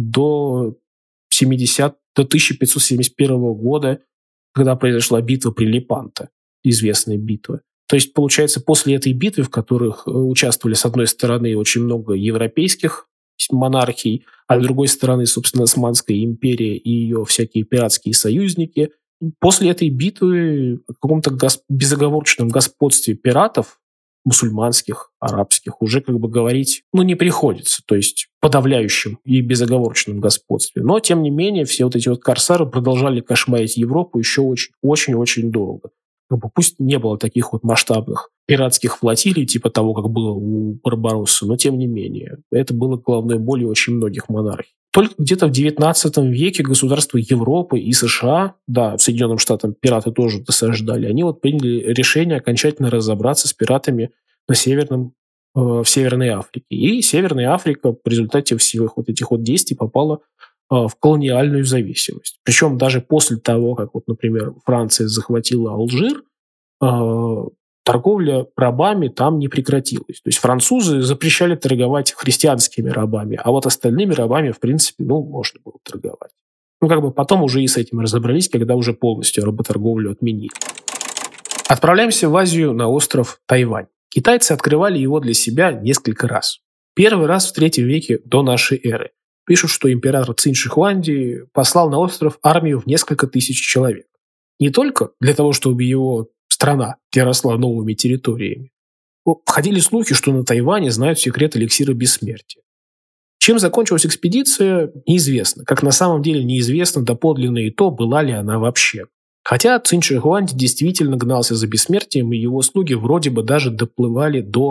до семидесятого, до тысяча пятьсот семьдесят первого года, когда произошла битва при Лепанто, известная битва. То есть, получается, после этой битвы, в которых участвовали, с одной стороны, очень много европейских монархий, а с другой стороны, собственно, Османская империя и ее всякие пиратские союзники, после этой битвы о каком-то гос- безоговорочном господстве пиратов, мусульманских, арабских, уже как бы говорить, ну, не приходится, то есть подавляющем и безоговорочном господстве. Но, тем не менее, все вот эти вот корсары продолжали кошмарить Европу еще очень-очень-очень долго. Как бы пусть не было таких вот масштабных пиратских флотилий, типа того, как было у Барбароссы, но тем не менее, это было головной болью очень многих монархий. Только где-то в девятнадцатом веке государства Европы и США, да, Соединенным Штатам пираты тоже досаждали, они вот приняли решение окончательно разобраться с пиратами на Северном, э, в Северной Африке. И Северная Африка в результате всех вот этих вот действий попала в колониальную зависимость. Причем даже после того, как, вот, например, Франция захватила Алжир, торговля рабами там не прекратилась. То есть французы запрещали торговать христианскими рабами, а вот остальными рабами, в принципе, ну, можно было торговать. Ну, как бы потом уже и с этим разобрались, когда уже полностью работорговлю отменили. Отправляемся в Азию на остров Тайвань. Китайцы открывали его для себя несколько раз. Первый раз в третьем веке до нашей эры. Пишут, что император Цинь Ши Хуанди послал на остров армию в несколько тысяч человек. Не только для того, чтобы его страна росла новыми территориями. Ходили слухи, что на Тайване знают секрет эликсира бессмертия. Чем закончилась экспедиция, неизвестно. Как на самом деле неизвестно доподлинно и то, была ли она вообще. Хотя Цинь Ши Хуанди действительно гнался за бессмертием, и его слуги вроде бы даже доплывали до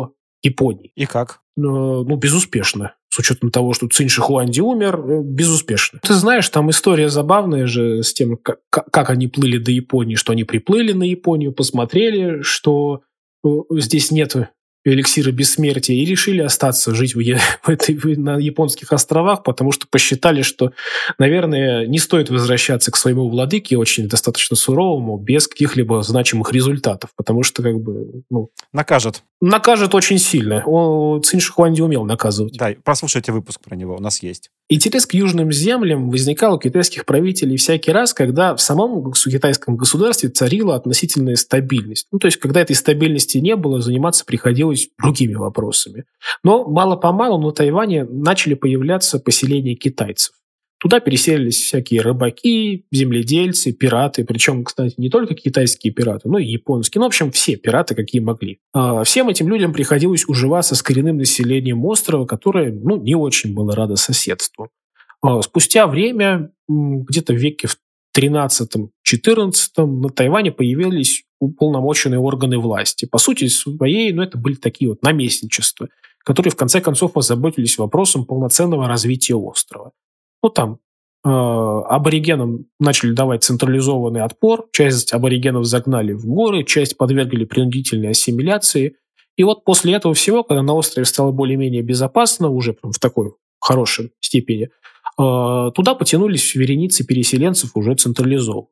Японии. И как? Ну, безуспешно. С учетом того, что Цинь Шихуанди умер, безуспешно. Ты знаешь, там история забавная же с тем, как, как они плыли до Японии, что они приплыли на Японию, посмотрели, что здесь нет эликсира бессмертия, и решили остаться жить в, в этой, на японских островах, потому что посчитали, что, наверное, не стоит возвращаться к своему владыке, очень достаточно суровому, без каких-либо значимых результатов, потому что как бы... Ну, накажет. Накажет очень сильно. Цинь Шихуанди умел наказывать. Да, прослушайте выпуск про него, у нас есть. Интерес к южным землям возникал у китайских правителей всякий раз, когда в самом китайском государстве царила относительная стабильность. Ну, то есть, когда этой стабильности не было, заниматься приходилось другими вопросами. Но мало-помалу на Тайване начали появляться поселения китайцев. Туда переселились всякие рыбаки, земледельцы, пираты. Причем, кстати, не только китайские пираты, но и японские. Ну, в общем, все пираты, какие могли. А всем этим людям приходилось уживаться с коренным населением острова, которое, ну, не очень было радо соседству. А спустя время, где-то в веке в тринадцатом-четырнадцатом, на Тайване появились уполномоченные органы власти. По сути своей, ну, это были такие вот наместничества, которые, в конце концов, озаботились вопросом полноценного развития острова. Ну, там э, аборигенам начали давать централизованный отпор, часть аборигенов загнали в горы, часть подвергли принудительной ассимиляции. И вот после этого всего, когда на острове стало более-менее безопасно, уже прям в такой хорошей степени, э, туда потянулись вереницы переселенцев уже централизованно.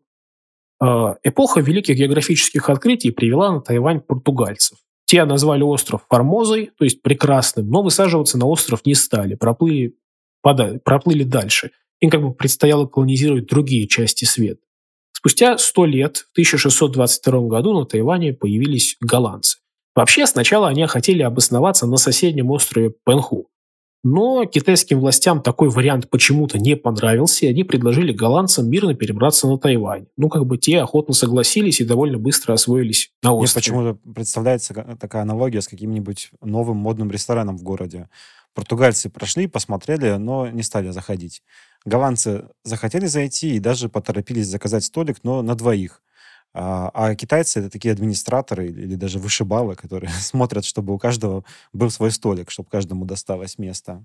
Э, эпоха великих географических открытий привела на Тайвань португальцев. Те назвали остров Формозой, то есть прекрасным, но высаживаться на остров не стали, проплыли Пода- проплыли дальше. Им как бы предстояло колонизировать другие части света. Спустя сто лет, в тысяча шестьсот двадцать втором году, на Тайване появились голландцы. Вообще, сначала они хотели обосноваться на соседнем острове Пэнху. Но китайским властям такой вариант почему-то не понравился, и они предложили голландцам мирно перебраться на Тайвань. Ну, как бы те охотно согласились и довольно быстро освоились на Мне острове. почему-то представляется ка- такая аналогия с каким-нибудь новым модным рестораном в городе. Португальцы прошли, посмотрели, но не стали заходить. Голландцы захотели зайти и даже поторопились заказать столик, но на двоих. А, а китайцы — это такие администраторы или, или даже вышибалы, которые смотрят, чтобы у каждого был свой столик, чтобы каждому досталось место.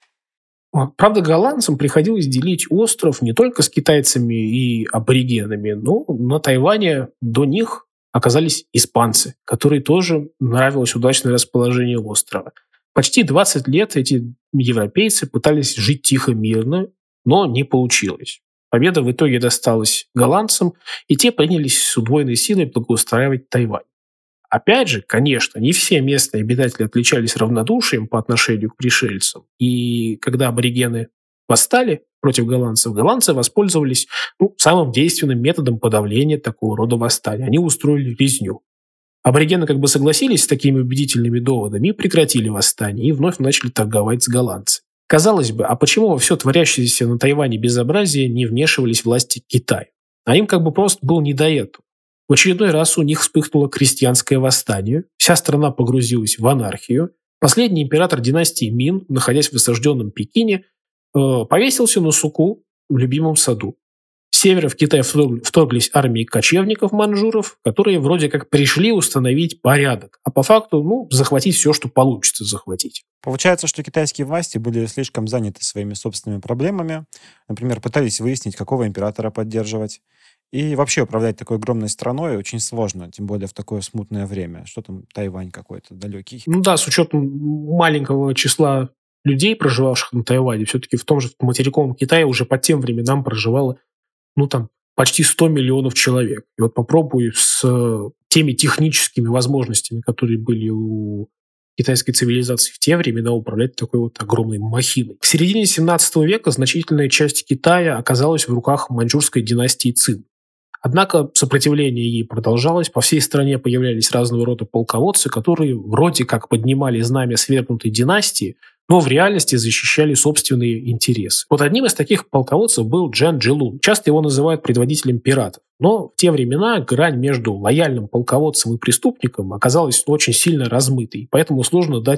Вот. Правда, голландцам приходилось делить остров не только с китайцами и аборигенами, но на Тайване до них оказались испанцы, которые тоже нравилось удачное расположение острова. Почти двадцать лет эти европейцы пытались жить тихо, мирно, но не получилось. Победа в итоге досталась голландцам, и те принялись с удвоенной силой благоустраивать Тайвань. Опять же, конечно, не все местные обитатели отличались равнодушием по отношению к пришельцам. И когда аборигены восстали против голландцев, голландцы воспользовались ну, самым действенным методом подавления такого рода восстания. Они устроили резню. Аборигены как бы согласились с такими убедительными доводами и прекратили восстание, и вновь начали торговать с голландцами. Казалось бы, а почему во все творящееся на Тайване безобразие не вмешивались власти Китая? А им как бы просто было не до этого. В очередной раз у них вспыхнуло крестьянское восстание, вся страна погрузилась в анархию. Последний император династии Мин, находясь в осажденном Пекине, э, повесился на суку в любимом саду. С севера в Китай вторглись армии кочевников-манжуров, которые вроде как пришли установить порядок, а по факту, ну, захватить все, что получится захватить. Получается, что китайские власти были слишком заняты своими собственными проблемами. Например, пытались выяснить, какого императора поддерживать. И вообще управлять такой огромной страной очень сложно, тем более в такое смутное время. Что там, Тайвань какой-то далекий. Ну да, с учетом маленького числа людей, проживавших на Тайване, все-таки в том же материковом Китае уже по тем временам проживало ну, там, почти сто миллионов человек. И вот попробуй с теми техническими возможностями, которые были у китайской цивилизации в те времена, управлять такой вот огромной махиной. К середине семнадцатого века значительная часть Китая оказалась в руках маньчжурской династии Цин. Однако сопротивление ей продолжалось, по всей стране появлялись разного рода полководцы, которые вроде как поднимали знамя свергнутой династии, но в реальности защищали собственные интересы. Вот одним из таких полководцев был Джан Джилун. Часто его называют предводителем пиратов. Но в те времена грань между лояльным полководцем и преступником оказалась очень сильно размытой, поэтому сложно дать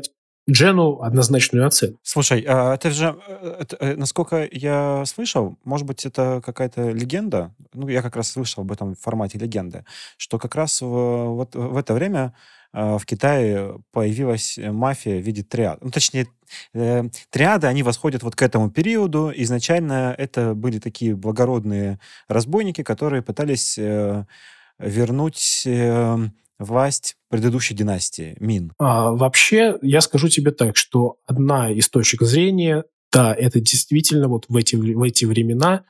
Джену однозначную оценку. Слушай, а это же, э, это, э, насколько я слышал, может быть, это какая-то легенда, ну, я как раз слышал об этом в формате легенды, что как раз в, вот в это время э, в Китае появилась э, мафия в виде триад. Ну, точнее, э, триады, они восходят вот к этому периоду. Изначально это были такие благородные разбойники, которые пытались э, вернуть э, власть предыдущей династии, Мин. А, вообще, я скажу тебе так, что одна из точек зрения, да, это действительно вот в эти, в эти времена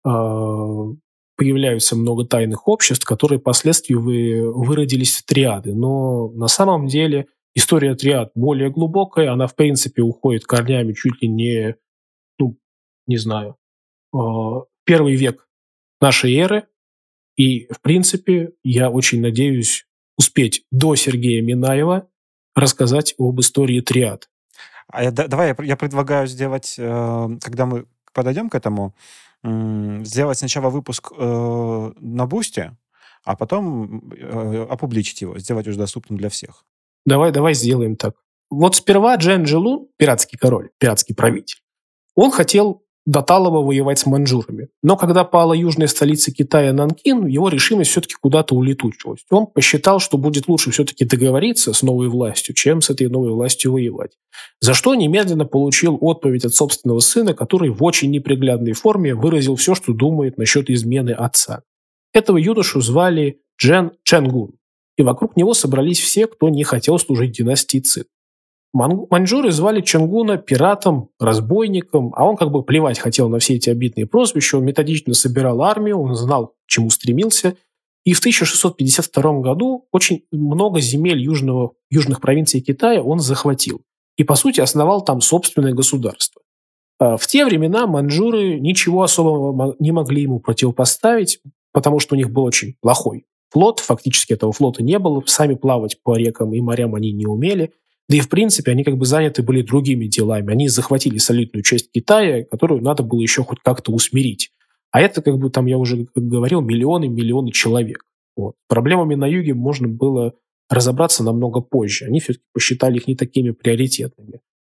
а, появляются много тайных обществ, которые впоследствии вы, выродились в триады. Но на самом деле история триад более глубокая, она, в принципе, уходит корнями чуть ли не, ну, не знаю, а, первый век нашей эры. И, в принципе, я очень надеюсь успеть до Сергея Минаева рассказать об истории триад. А я, да- давай я, пр- я предлагаю сделать, э, когда мы подойдем к этому, м, сделать сначала выпуск э, на Бусте, а потом э, опубличить его, сделать уже доступным для всех. Давай, давай сделаем так. Вот сперва Джен Джилун, пиратский король, пиратский правитель, он хотел до Талова воевать с маньчжурами. Но когда пала южная столица Китая Нанкин, его решимость все-таки куда-то улетучилась. Он посчитал, что будет лучше все-таки договориться с новой властью, чем с этой новой властью воевать. За что немедленно получил отповедь от собственного сына, который в очень неприглядной форме выразил все, что думает насчет измены отца. Этого юношу звали Джен Ченгун, и вокруг него собрались все, кто не хотел служить династии Цин. Ман- Маньчжуры звали Ченгуна пиратом, разбойником, а он как бы плевать хотел на все эти обидные прозвища. Он методично собирал армию, он знал, к чему стремился. И в тысяча шестьсот пятьдесят втором году очень много земель южного, южных провинций Китая он захватил. И, по сути, основал там собственное государство. А В те времена маньчжуры ничего особого мо- не могли ему противопоставить, потому что у них был очень плохой флот. Фактически этого флота не было. Сами плавать по рекам и морям они не умели. Да и, в принципе, они как бы заняты были другими делами. Они захватили солидную часть Китая, которую надо было еще хоть как-то усмирить. А это, как бы там я уже говорил, миллионы миллионы человек. Вот. Проблемами на юге можно было разобраться намного позже. Они все-таки посчитали их не такими приоритетными.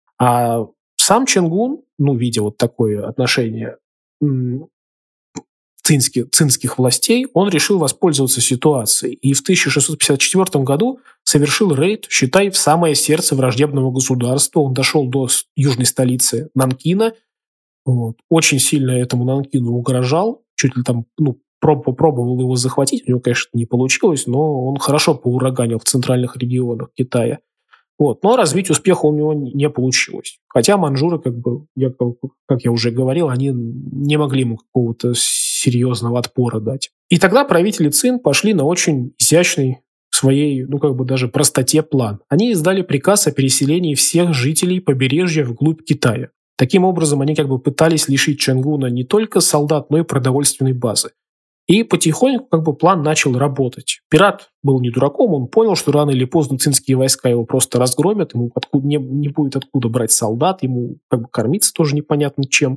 А сам Ченгун, ну, видя вот такое отношение м, цинских, цинских властей, он решил воспользоваться ситуацией. И в тысяча шестьсот пятьдесят четвёртом году совершил рейд, считай, в самое сердце враждебного государства. Он дошел до с- южной столицы Нанкина. Вот. Очень сильно этому Нанкину угрожал. Чуть ли там, ну, проб- попробовал его захватить. У него, конечно, не получилось, но он хорошо поураганил в центральных регионах Китая. Вот. Но развить успеха у него не получилось. Хотя маньчжуры, как бы, я, как как я уже говорил, они не могли ему какого-то серьезного отпора дать. И тогда правители Цин пошли на очень изящный в своей, ну как бы даже простоте план. Они издали приказ о переселении всех жителей побережья вглубь Китая. Таким образом, они как бы пытались лишить Чангуна не только солдат, но и продовольственной базы. И потихоньку как бы план начал работать. Пират был не дураком, он понял, что рано или поздно цинские войска его просто разгромят, ему откуда, не, не будет откуда брать солдат, ему как бы кормиться тоже непонятно чем.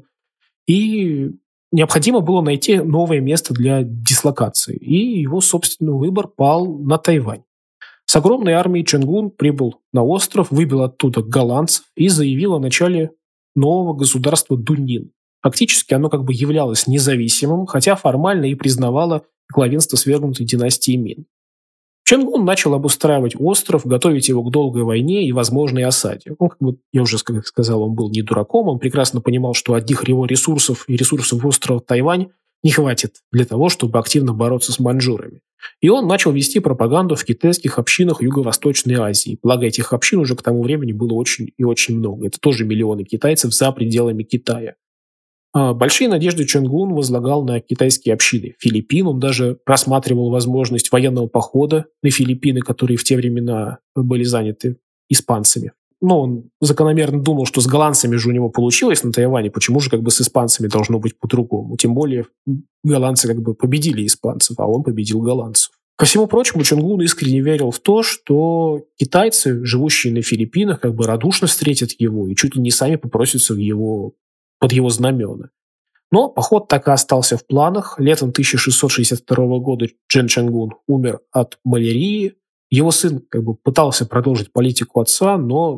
И необходимо было найти новое место для дислокации. И его собственный выбор пал на Тайвань. С огромной армией Ченгун прибыл на остров, выбил оттуда голландцев и заявил о начале нового государства Дуньин. Фактически оно как бы являлось независимым, хотя формально и признавало главенство свергнутой династии Мин. Ченгун начал обустраивать остров, готовить его к долгой войне и возможной осаде. Он, как бы, я уже ска- сказал, он был не дураком, он прекрасно понимал, что одних его ресурсов и ресурсов острова Тайвань не хватит для того, чтобы активно бороться с маньчжурами. И он начал вести пропаганду в китайских общинах Юго-Восточной Азии. Благо этих общин уже к тому времени было очень и очень много. Это тоже миллионы китайцев за пределами Китая. А, Большие надежды Чонгун возлагал на китайские общины Филиппин. Он даже рассматривал возможность военного похода на Филиппины, которые в те времена были заняты испанцами. Но он закономерно думал, что с голландцами же у него получилось на Тайване, почему же как бы с испанцами должно быть по-другому? Тем более голландцы как бы победили испанцев, а он победил голландцев. Ко всему прочему, Чонгун искренне верил в то, что китайцы, живущие на Филиппинах, как бы радушно встретят его и чуть ли не сами попросятся в его, под его знамена. Но поход так и остался в планах. Летом тысяча шестьсот шестьдесят второго года Джен Чангун умер от малярии. Его сын как бы пытался продолжить политику отца, но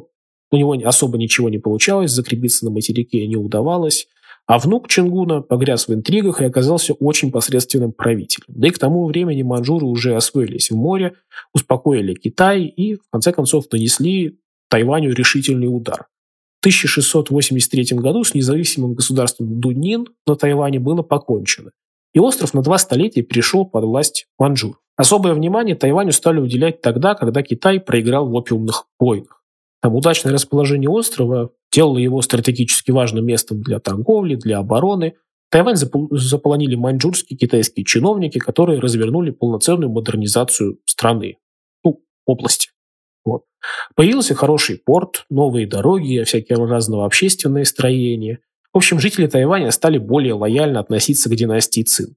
У него особо ничего не получалось, закрепиться на материке не удавалось. А внук Чингуна погряз в интригах и оказался очень посредственным правителем. Да и к тому времени маньчжуры уже освоились в море, успокоили Китай и, в конце концов, нанесли Тайваню решительный удар. В тысяча шестьсот восемьдесят третьем году с независимым государством Дуньин на Тайване было покончено, и остров на два столетия перешел под власть маньчжур. Особое внимание Тайваню стали уделять тогда, когда Китай проиграл в опиумных войнах. Там удачное расположение острова делало его стратегически важным местом для торговли, для обороны. Тайвань запол- заполонили маньчжурские китайские чиновники, которые развернули полноценную модернизацию страны, ну, области. Вот. Появился хороший порт, новые дороги, всякие разного общественные строения. В общем, жители Тайваня стали более лояльно относиться к династии Цин.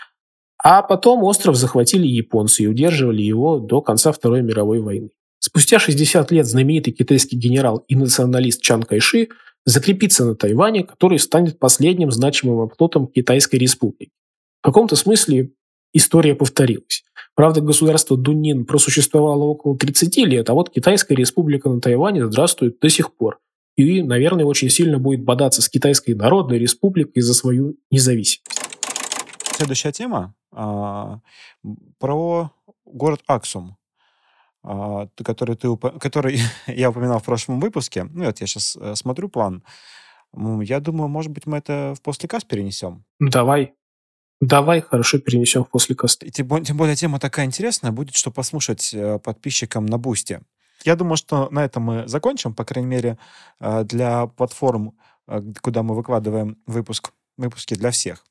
А потом остров захватили японцы и удерживали его до конца Второй мировой войны. Спустя шестьдесят лет знаменитый китайский генерал и националист Чан Кайши закрепится на Тайване, который станет последним значимым оплотом Китайской республики. В каком-то смысле история повторилась. Правда, государство Дуньин просуществовало около тридцати лет, а вот Китайская республика на Тайване здравствует до сих пор. И, наверное, очень сильно будет бодаться с Китайской Народной Республикой за свою независимость. Следующая тема а, про город Аксум, а, ты- который, ты, упо- который я упоминал в прошлом выпуске. Ну, вот я сейчас смотрю план. М, Я думаю, может быть, мы это в послекаст перенесем. Ну, Давай, давай, хорошо, перенесем после каста. И Тем, бо- тем более тема такая интересная, будет что послушать э, подписчикам на Бусти. Я думаю, что на этом мы закончим, по крайней мере, э, для платформ, э, г- куда мы выкладываем выпуск, выпуски для всех.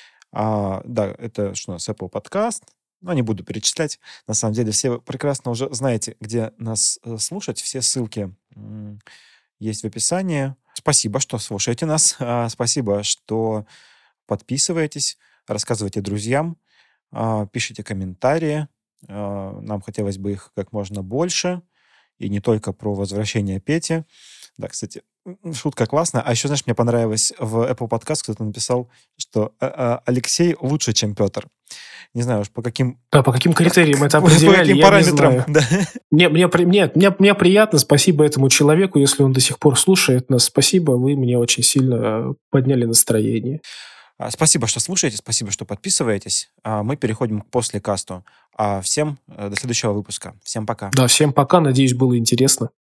А, да, это что у нас Apple Podcast. Ну, не буду перечислять. На самом деле, все вы прекрасно уже знаете, где нас э, слушать. Все ссылки м, есть в описании. Спасибо, что слушаете нас. А, Спасибо, что подписываетесь, рассказывайте друзьям, а, пишите комментарии. А, Нам хотелось бы их как можно больше. И не только про возвращение Пети. Да, кстати, м, шутка классная. А еще, знаешь, мне понравилось в Apple Podcast кто-то написал, что а, а, Алексей лучше, чем Петр. Не знаю уж по каким, Да, по каким критериям это по определяли, каким я не параметрам. знаю. Да. Мне, мне, при- мне, мне, мне приятно, спасибо этому человеку, если он до сих пор слушает нас. Спасибо, вы мне очень сильно э, подняли настроение. А, Спасибо, что слушаете, спасибо, что подписываетесь. А Мы переходим к послекасту. А Всем э, до следующего выпуска. Всем пока. Да, всем пока, надеюсь, было интересно.